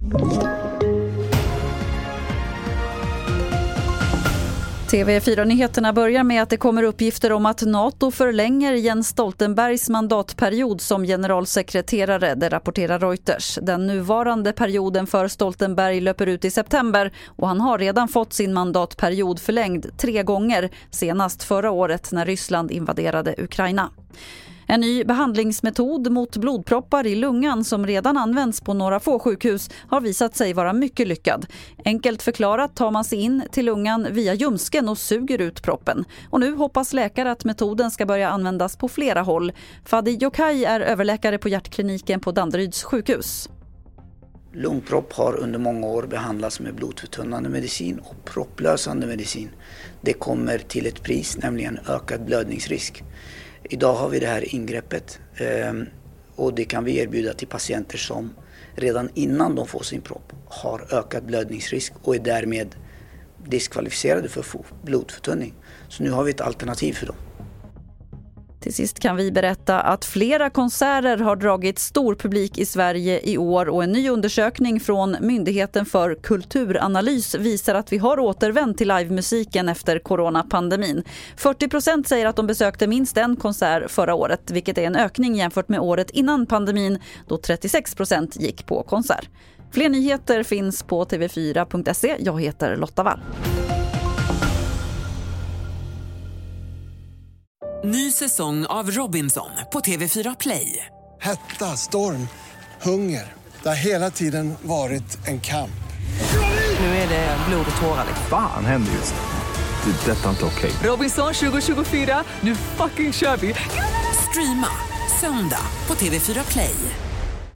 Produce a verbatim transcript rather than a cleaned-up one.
T V fyra-nyheterna börjar med att det kommer uppgifter om att NATO förlänger Jens Stoltenbergs mandatperiod som generalsekreterare, det rapporterar Reuters. Den nuvarande perioden för Stoltenberg löper ut i september och han har redan fått sin mandatperiod förlängd tre gånger, senast förra året när Ryssland invaderade Ukraina. En ny behandlingsmetod mot blodproppar i lungan som redan används på några få sjukhus har visat sig vara mycket lyckad. Enkelt förklarat tar man sig in till lungan via ljumsken och suger ut proppen. Och nu hoppas läkare att metoden ska börja användas på flera håll. Fadi Jokaj är överläkare på hjärtkliniken på Danderyds sjukhus. Lungpropp har under många år behandlats med blodförtunnande medicin och propplösande medicin. Det kommer till ett pris, nämligen ökad blödningsrisk. Idag har vi det här ingreppet eh, och det kan vi erbjuda till patienter som redan innan de får sin propp har ökad blödningsrisk och är därmed diskvalificerade för blodförtunning. Så nu har vi ett alternativ för dem. Till sist kan vi berätta att flera konserter har dragit stor publik i Sverige i år och en ny undersökning från Myndigheten för kulturanalys visar att vi har återvänt till livemusiken efter coronapandemin. fyrtio procent säger att de besökte minst en konsert förra året, vilket är en ökning jämfört med året innan pandemin då trettiosex procent gick på konsert. Fler nyheter finns på t v fyra punkt se. Jag heter Lotta Wall. Ny säsong av Robinson på T V fyra Play. Hetta, storm, hunger. Det har hela tiden varit en kamp. Nu är det blod och tårar. Fan händer just det. Det är detta inte okej. Robinson tjugo tjugofyra, nu fucking kör vi. Streama söndag på T V fyra Play.